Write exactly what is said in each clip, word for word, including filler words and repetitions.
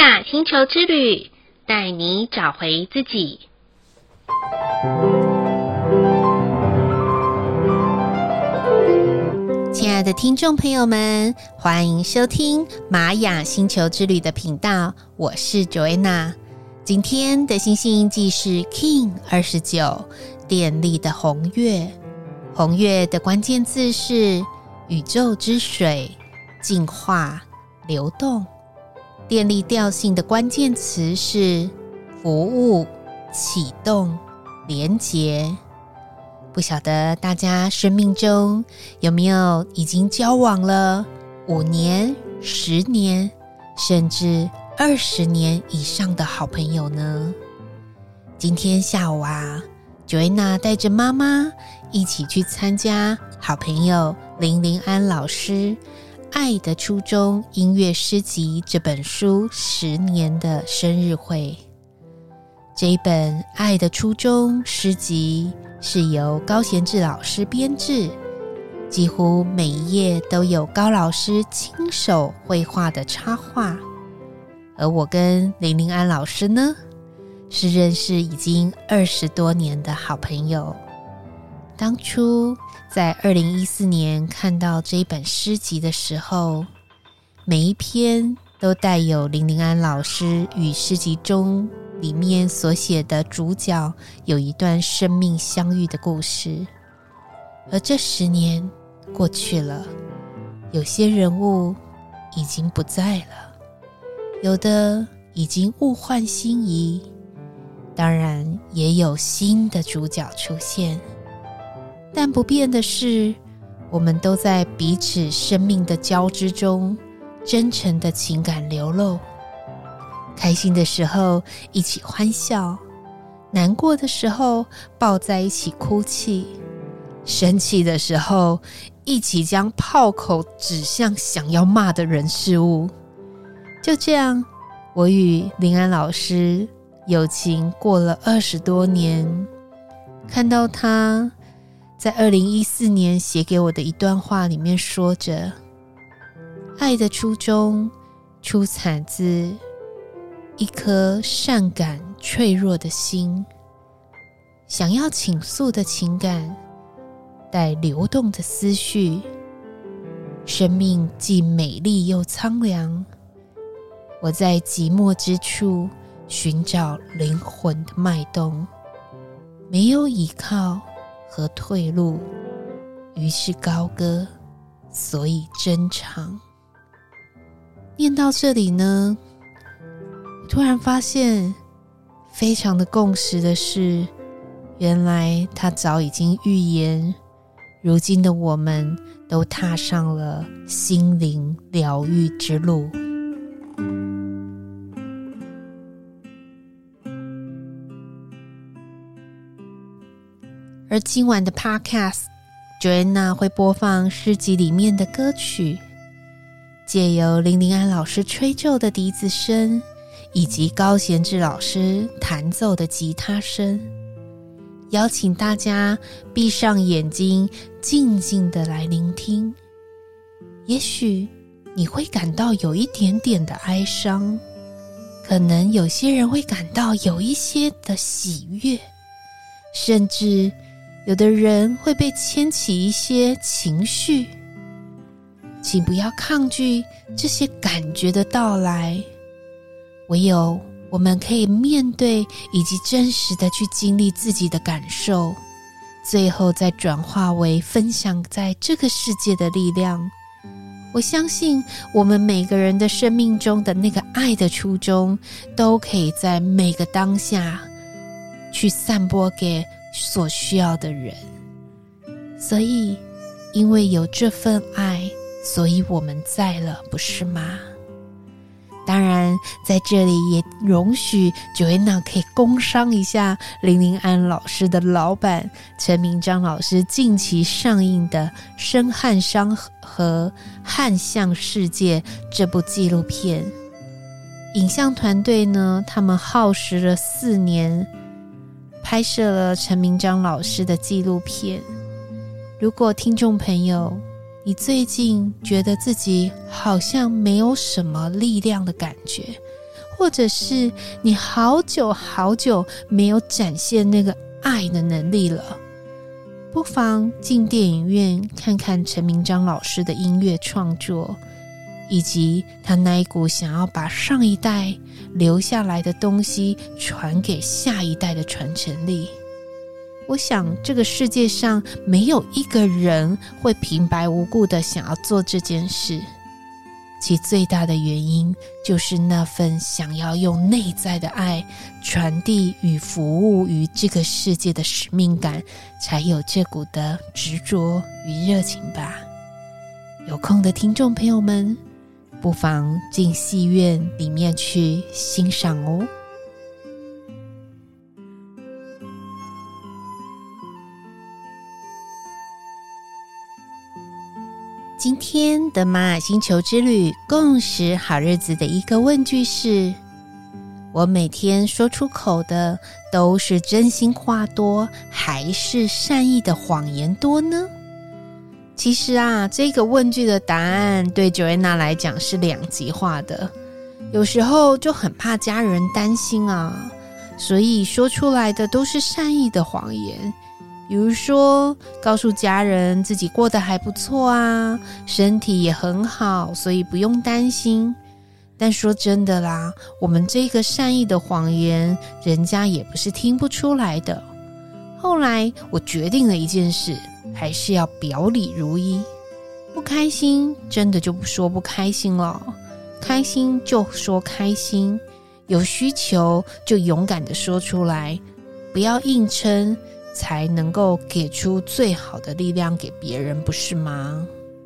雅星球之旅，带你找回自己。 亲爱的听众朋友们，欢迎收听玛雅星球之旅的频道，我是 Joanna。 今天的星星印记是 King 二十九，电力的红月。红月的关键字是宇宙之水、净化、流动。电力调性的关键词是服务、启动、连结。不晓得大家生命中有没有已经交往了五年、十年，甚至二十年以上的好朋友呢？今天下午啊，Joanna 带着妈妈一起去参加好朋友林林安老师《爱的初衷》音乐诗集这本书十年的生日会。这一本《爱的初衷》诗集是由高贤志老师编制，几乎每一页都有高老师亲手绘画的插画。而我跟林林安老师呢，是认识已经二十多年的好朋友。当初在二零一四年看到这一本诗集的时候，每一篇都带有林林安老师与诗集中里面所写的主角有一段生命相遇的故事。而这十年过去了，有些人物已经不在了，有的已经物换星移，当然也有新的主角出现。但不变的是，我们都在彼此生命的交织中真诚的情感流露。开心的时候一起欢笑，难过的时候抱在一起哭泣，生气的时候一起将炮口指向想要骂的人事物。就这样，我与林安老师友情过了二十多年。看到他在二零一四年写给我的一段话里面说着，爱的初衷出产自一颗善感脆弱的心，想要倾诉的情感，带流动的思绪。生命既美丽又苍凉，我在寂寞之处寻找灵魂的脉动，没有依靠和退路，于是高歌，所以珍藏。念到这里呢，我突然发现非常的共识的是，原来他早已经预言，如今的我们都踏上了心灵疗愈之路。而今晚的 Podcast Joanna 会播放诗集里面的歌曲，借由林林安老师吹奏的笛子声以及高贤志老师弹奏的吉他声，邀请大家闭上眼睛，静静地来聆听。也许你会感到有一点点的哀伤，可能有些人会感到有一些的喜悦，甚至有的人会被牵起一些情绪。请不要抗拒这些感觉的到来，唯有我们可以面对以及真实的去经历自己的感受，最后再转化为分享在这个世界的力量。我相信我们每个人的生命中的那个爱的初衷，都可以在每个当下去散播给所需要的人。所以因为有这份爱，所以我们在了，不是吗？当然在这里也容许 Joanna 可以工商一下林林安老师的老板陈明章老师近期上映的《深汉商和汉象世界》这部纪录片。影像团队呢，他们耗时了四年拍摄了陈明章老师的纪录片。如果听众朋友你最近觉得自己好像没有什么力量的感觉， 或者是你好久好久没有展现那个爱的能力了，不妨进电影院看看陈明章老师的音乐创作，以及他那一股想要把上一代留下来的东西传给下一代的传承力。我想这个世界上没有一个人会平白无故的想要做这件事，其最大的原因就是那份想要用内在的爱传递与服务于这个世界的使命感，才有这股的执着与热情吧。有空的听众朋友们，不妨进戏院里面去欣赏哦。今天的玛雅星球之旅共识好日子的一个问句是：我每天说出口的都是真心话多，还是善意的谎言多呢？其实啊，这个问句的答案对 Joanna 来讲是两极化的，有时候就很怕家人担心啊，所以说出来的都是善意的谎言。比如说告诉家人自己过得还不错啊，身体也很好，所以不用担心。但说真的啦，我们这个善意的谎言人家也不是听不出来的。后来我决定了一件事，还是要表里如一，不开心真的就不说不开心了，开心就说开心，有需求就勇敢地说出来，不要硬撑，才能够给出最好的力量给别人，不是吗？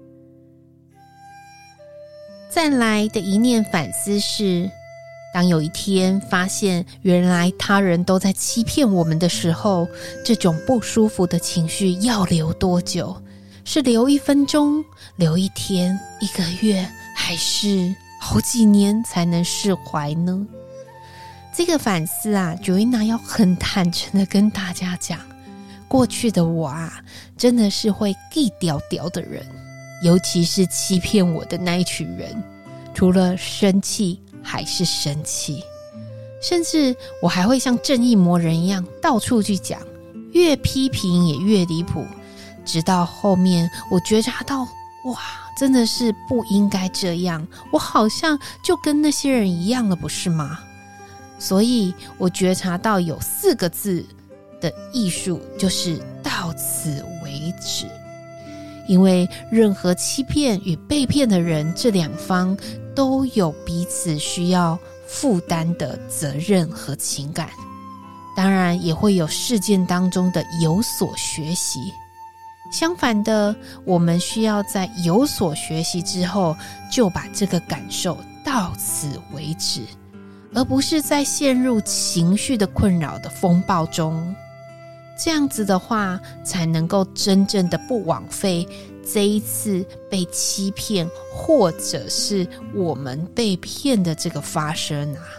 再来的一念反思是，当有一天发现原来他人都在欺骗我们的时候，这种不舒服的情绪要留多久？是留一分钟，留一天，一个月，还是好几年才能释怀呢？这个反思啊 Joanna 要很坦诚的跟大家讲，过去的我啊，真的是会记屌屌的人，尤其是欺骗我的那一群人，除了生气还是生气，甚至我还会像正义魔人一样到处去讲，越批评也越离谱，直到后面我觉察到，哇，真的是不应该这样，我好像就跟那些人一样了，不是吗？所以我觉察到有四个字的艺术，就是到此为止。因为任何欺骗与被骗的人，这两方都有彼此需要负担的责任和情感，当然也会有事件当中的有所学习。相反的，我们需要在有所学习之后，就把这个感受到此为止，而不是在陷入情绪的困扰的风暴中。这样子的话，才能够真正的不枉费这一次被欺骗，或者是我们被骗的这个发生啊。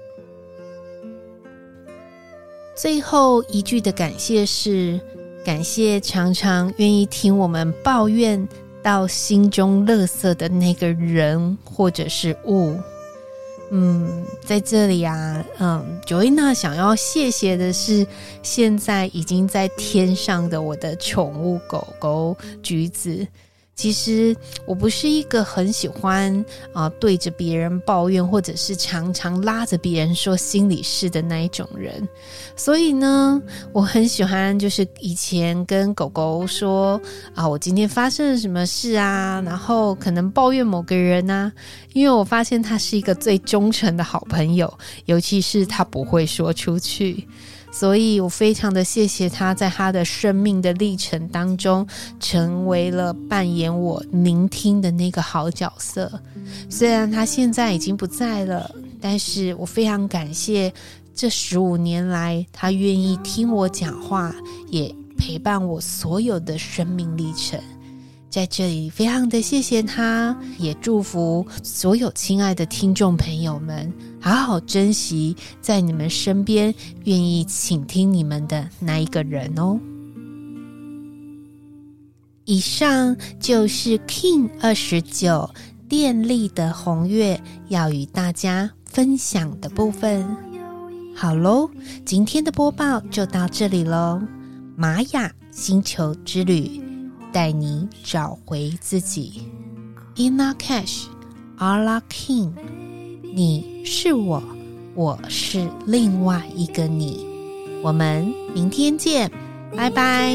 最后一句的感谢是，感谢常常愿意听我们抱怨到心中垃圾的那个人或者是物。嗯，在这里啊，嗯 Joanna 想要谢谢的是，现在已经在天上的我的宠物狗狗橘子。其实我不是一个很喜欢啊、呃、对着别人抱怨，或者是常常拉着别人说心里事的那一种人，所以呢，我很喜欢就是以前跟狗狗说啊，我今天发生了什么事啊，然后可能抱怨某个人啊，因为我发现他是一个最忠诚的好朋友，尤其是他不会说出去。所以我非常的谢谢他，在他的生命的历程当中，成为了扮演我聆听的那个好角色。虽然他现在已经不在了，但是我非常感谢这十五年来，他愿意听我讲话，也陪伴我所有的生命历程。在这里非常的谢谢他，也祝福所有亲爱的听众朋友们，好好珍惜在你们身边愿意倾听你们的那一个人哦。以上就是 King 二十九电力的红月要与大家分享的部分。好咯，今天的播报就到这里咯。玛雅星球之旅，带你找回自己。 Inna Cash Allah King， 你是我，我是另外一个你。我们明天见，拜拜。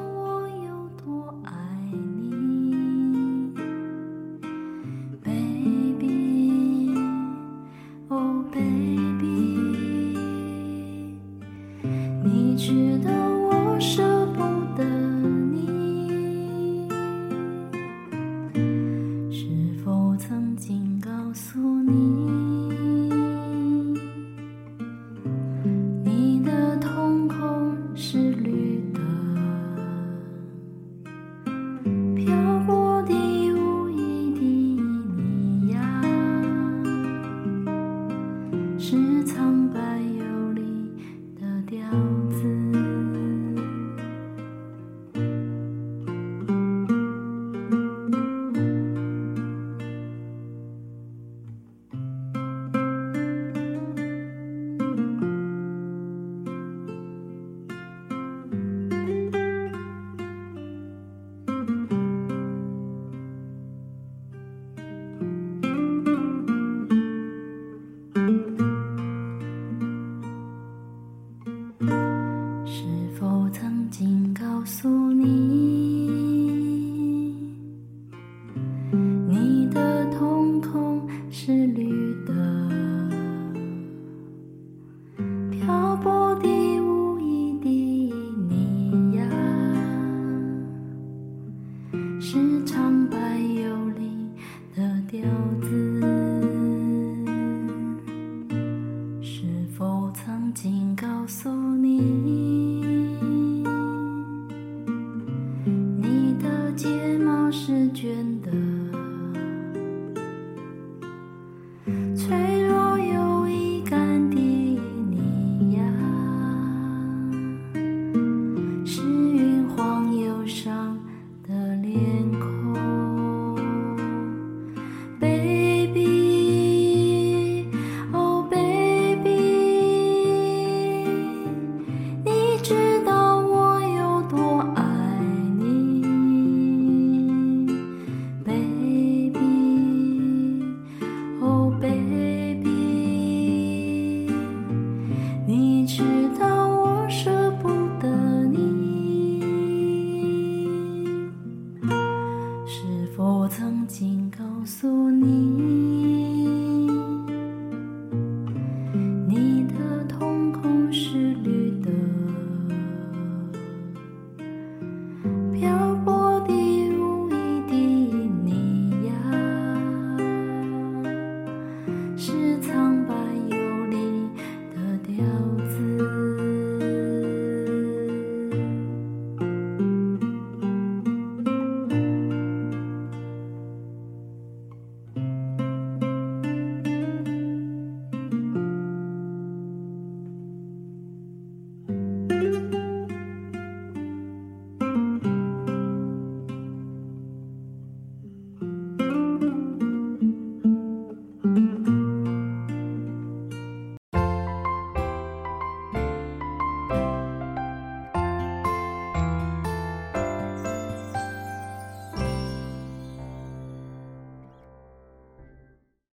你知道我舍不得你，是否曾经告诉你，你的瞳孔是绿的，飘过的无意的你呀，是苍白有力的调子。是否曾经告诉